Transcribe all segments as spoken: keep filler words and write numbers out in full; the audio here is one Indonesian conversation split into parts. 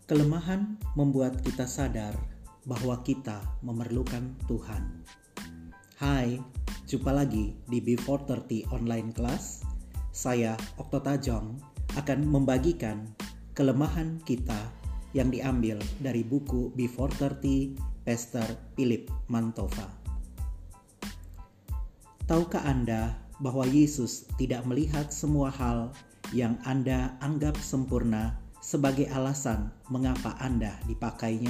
Kelemahan membuat kita sadar bahwa kita memerlukan Tuhan. Hai, jumpa lagi di Before tiga puluh Online Class. Saya, Okto Tajong, akan membagikan kelemahan kita yang diambil dari buku Before tiga puluh Pastor Philip Mantova. Tahukah Anda bahwa Yesus tidak melihat semua hal yang Anda anggap sempurna sebagai alasan mengapa Anda dipakainya?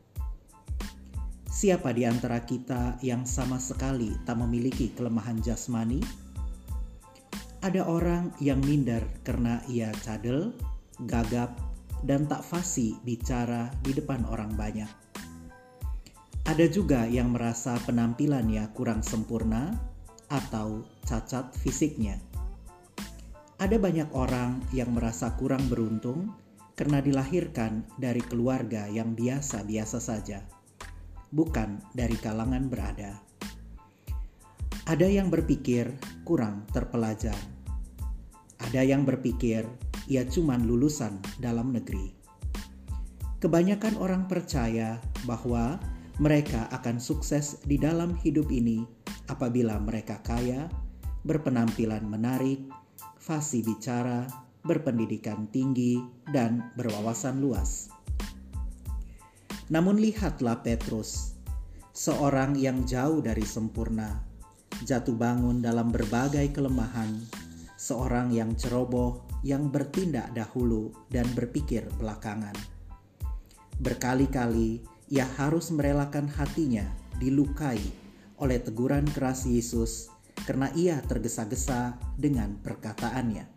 Siapa di antara kita yang sama sekali tak memiliki kelemahan jasmani? Ada orang yang minder karena ia cadel, gagap, dan tak fasih bicara di depan orang banyak. Ada juga yang merasa penampilannya kurang sempurna atau cacat fisiknya. Ada banyak orang yang merasa kurang beruntung karena dilahirkan dari keluarga yang biasa-biasa saja, bukan dari kalangan berada. Ada yang berpikir kurang terpelajar. Ada yang berpikir ia cuman lulusan dalam negeri. Kebanyakan orang percaya bahwa mereka akan sukses di dalam hidup ini apabila mereka kaya, berpenampilan menarik, fasih bicara, berpendidikan tinggi, dan berwawasan luas. Namun lihatlah Petrus, seorang yang jauh dari sempurna, jatuh bangun dalam berbagai kelemahan, seorang yang ceroboh, yang bertindak dahulu dan berpikir belakangan. Berkali-kali ia harus merelakan hatinya dilukai oleh teguran keras Yesus karena ia tergesa-gesa dengan perkataannya.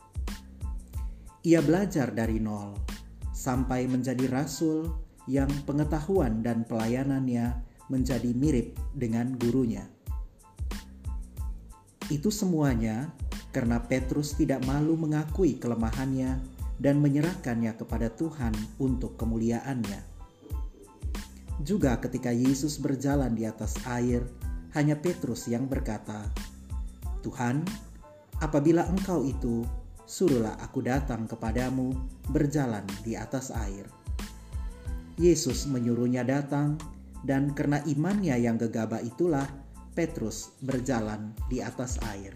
Ia belajar dari nol sampai menjadi rasul yang pengetahuan dan pelayanannya menjadi mirip dengan gurunya. Itu semuanya karena Petrus tidak malu mengakui kelemahannya dan menyerahkannya kepada Tuhan untuk kemuliaannya. Juga ketika Yesus berjalan di atas air, hanya Petrus yang berkata, "Tuhan, apabila Engkau itu, suruhlah aku datang kepadamu berjalan di atas air." Yesus menyuruhnya datang, dan karena imannya yang gegabah itulah Petrus berjalan di atas air.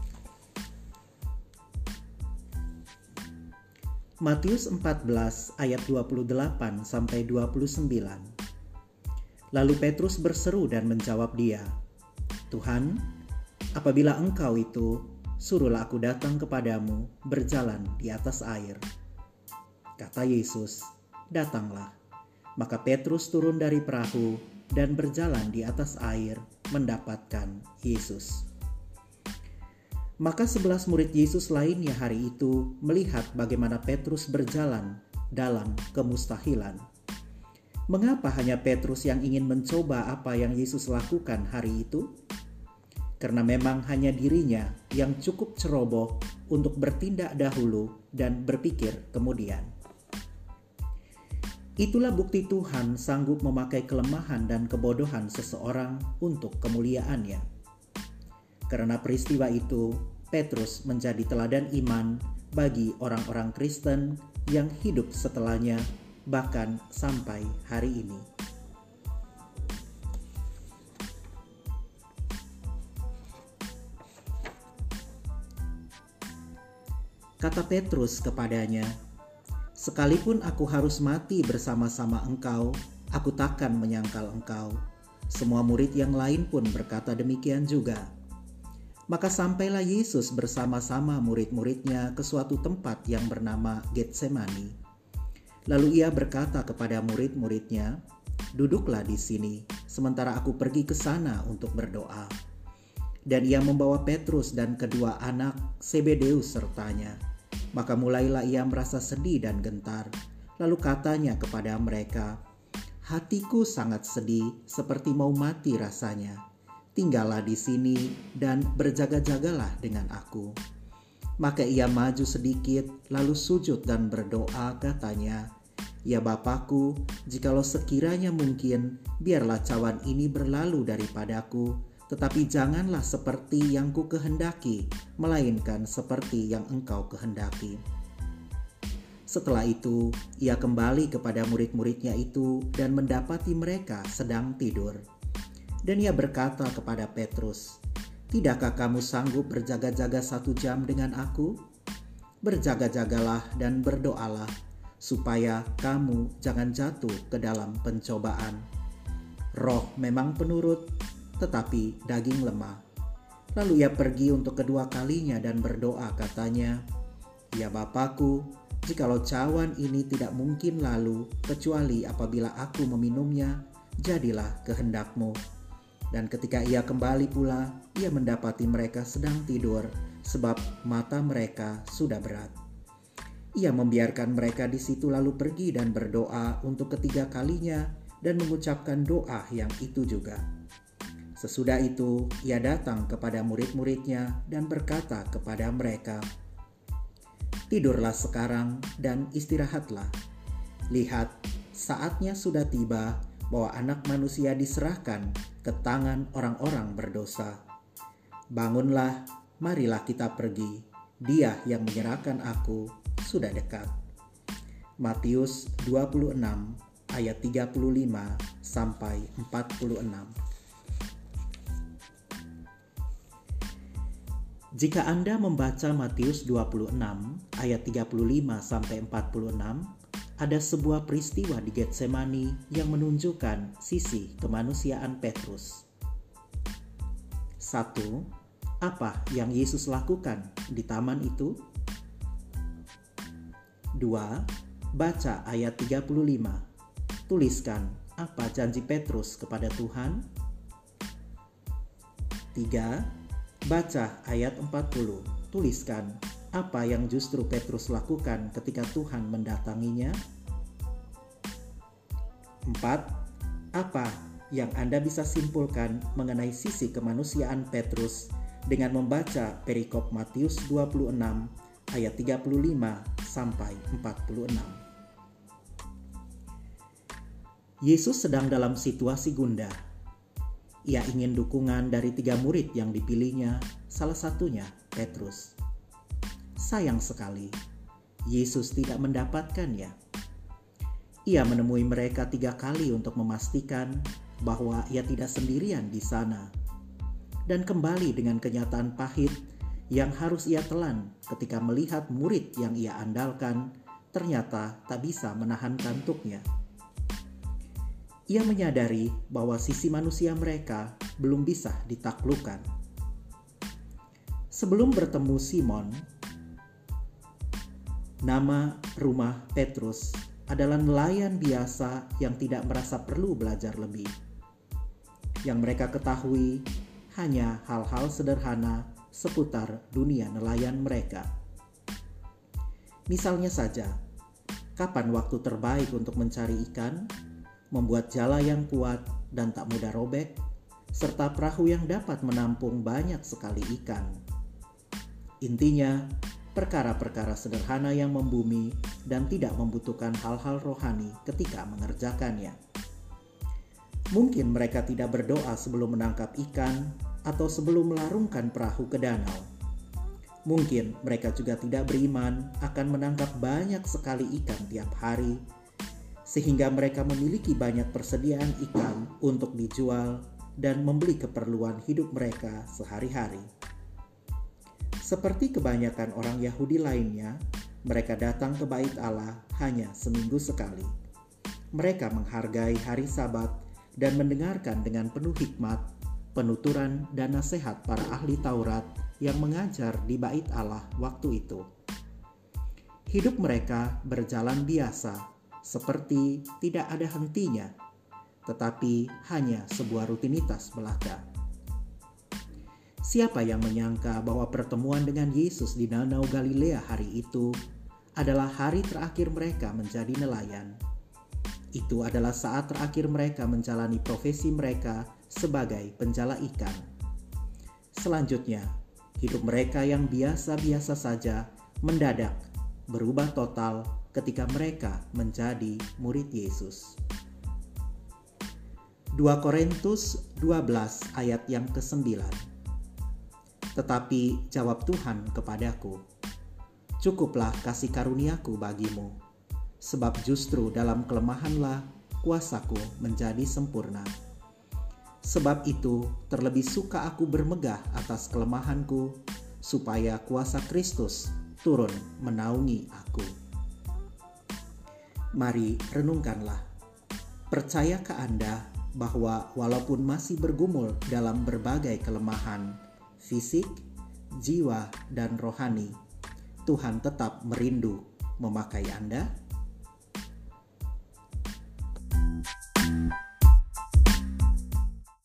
Matius empat belas ayat dua puluh delapan sampai dua puluh sembilan. Lalu Petrus berseru dan menjawab dia, "Tuhan, apabila Engkau itu, suruhlah aku datang kepadamu berjalan di atas air." Kata Yesus, "Datanglah." Maka Petrus turun dari perahu dan berjalan di atas air mendapatkan Yesus. Maka sebelas murid Yesus lainnya hari itu melihat bagaimana Petrus berjalan dalam kemustahilan. Mengapa hanya Petrus yang ingin mencoba apa yang Yesus lakukan hari itu? Karena memang hanya dirinya yang cukup ceroboh untuk bertindak dahulu dan berpikir kemudian. Itulah bukti Tuhan sanggup memakai kelemahan dan kebodohan seseorang untuk kemuliaannya. Karena peristiwa itu, Petrus menjadi teladan iman bagi orang-orang Kristen yang hidup setelahnya, bahkan sampai hari ini. Kata Petrus kepadanya, "Sekalipun aku harus mati bersama-sama engkau, aku takkan menyangkal engkau." Semua murid yang lain pun berkata demikian juga. Maka sampailah Yesus bersama-sama murid-muridnya ke suatu tempat yang bernama Getsemani. Lalu ia berkata kepada murid-muridnya, "Duduklah di sini, sementara aku pergi ke sana untuk berdoa." Dan ia membawa Petrus dan kedua anak Zebedeus sertanya. Maka mulailah ia merasa sedih dan gentar. Lalu katanya kepada mereka, "Hatiku sangat sedih, seperti mau mati rasanya. Tinggallah di sini dan berjaga-jagalah dengan aku." Maka ia maju sedikit, lalu sujud dan berdoa, katanya, "Ya Bapakku, jikalau sekiranya mungkin, biarlah cawan ini berlalu daripadaku, tetapi janganlah seperti yang ku kehendaki, melainkan seperti yang Engkau kehendaki." Setelah itu, ia kembali kepada murid-muridnya itu dan mendapati mereka sedang tidur. Dan ia berkata kepada Petrus, "Tidakkah kamu sanggup berjaga-jaga satu jam dengan aku? Berjaga-jagalah dan berdoalah, supaya kamu jangan jatuh ke dalam pencobaan. Roh memang penurut, tetapi daging lemah." Lalu ia pergi untuk kedua kalinya dan berdoa, katanya, "Ya Bapakku, jikalau cawan ini tidak mungkin lalu, kecuali apabila aku meminumnya, jadilah kehendak-Mu." Dan ketika ia kembali pula, ia mendapati mereka sedang tidur, sebab mata mereka sudah berat. Ia membiarkan mereka di situ lalu pergi dan berdoa untuk ketiga kalinya dan mengucapkan doa yang itu juga. Sesudah itu, ia datang kepada murid-muridnya dan berkata kepada mereka, "Tidurlah sekarang dan istirahatlah. Lihat, saatnya sudah tiba bahwa Anak Manusia diserahkan ke tangan orang-orang berdosa. Bangunlah, marilah kita pergi. Dia yang menyerahkan aku sudah dekat." Matius dua puluh enam ayat tiga puluh lima sampai empat puluh enam. Jika Anda membaca Matius dua puluh enam ayat tiga puluh lima sampai empat puluh enam, ada sebuah peristiwa di Getsemani yang menunjukkan sisi kemanusiaan Petrus. Satu, apa yang Yesus lakukan di taman itu? Dua, baca ayat tiga puluh lima. Tuliskan apa janji Petrus kepada Tuhan. Tiga, baca ayat empat puluh. Tuliskan apa yang justru Petrus lakukan ketika Tuhan mendatanginya. Empat, apa yang Anda bisa simpulkan mengenai sisi kemanusiaan Petrus dengan membaca perikop Matius dua puluh enam ayat tiga puluh lima sampai empat puluh enam. Yesus sedang dalam situasi gundah. Ia ingin dukungan dari tiga murid yang dipilihnya, salah satunya Petrus. Sayang sekali, Yesus tidak mendapatkannya. Ia menemui mereka tiga kali untuk memastikan bahwa ia tidak sendirian di sana. Dan kembali dengan kenyataan pahit yang harus ia telan ketika melihat murid yang ia andalkan ternyata tak bisa menahan kantuknya. Ia menyadari bahwa sisi manusia mereka belum bisa ditaklukkan. Sebelum bertemu Simon, nama rumah Petrus adalah nelayan biasa yang tidak merasa perlu belajar lebih. Yang mereka ketahui hanya hal-hal sederhana seputar dunia nelayan mereka. Misalnya saja, kapan waktu terbaik untuk mencari ikan, membuat jala yang kuat dan tak mudah robek, serta perahu yang dapat menampung banyak sekali ikan. Intinya, perkara-perkara sederhana yang membumi dan tidak membutuhkan hal-hal rohani ketika mengerjakannya. Mungkin mereka tidak berdoa sebelum menangkap ikan atau sebelum melarungkan perahu ke danau. Mungkin mereka juga tidak beriman akan menangkap banyak sekali ikan tiap hari, sehingga mereka memiliki banyak persediaan ikan untuk dijual dan membeli keperluan hidup mereka sehari-hari. Seperti kebanyakan orang Yahudi lainnya, mereka datang ke Bait Allah hanya seminggu sekali. Mereka menghargai hari Sabat dan mendengarkan dengan penuh hikmat penuturan dan nasihat para ahli Taurat yang mengajar di Bait Allah waktu itu. Hidup mereka berjalan biasa, seperti tidak ada hentinya, tetapi hanya sebuah rutinitas belaka. Siapa yang menyangka bahwa pertemuan dengan Yesus di Danau Galilea hari itu adalah hari terakhir mereka menjadi nelayan. Itu adalah saat terakhir mereka menjalani profesi mereka sebagai penjala ikan. Selanjutnya, hidup mereka yang biasa-biasa saja mendadak berubah total ketika mereka menjadi murid Yesus. dua Korintus dua belas ayat yang kesembilan. Tetapi jawab Tuhan kepadaku, Cukuplah kasih karuniaku bagimu, sebab justru dalam kelemahanlah kuasaku menjadi sempurna. Sebab itu terlebih suka aku bermegah atas kelemahanku, supaya kuasa Kristus turun menaungi aku. Mari renungkanlah. Percayakah Anda bahwa walaupun masih bergumul dalam berbagai kelemahan fisik, jiwa, dan rohani, Tuhan tetap merindu memakai Anda?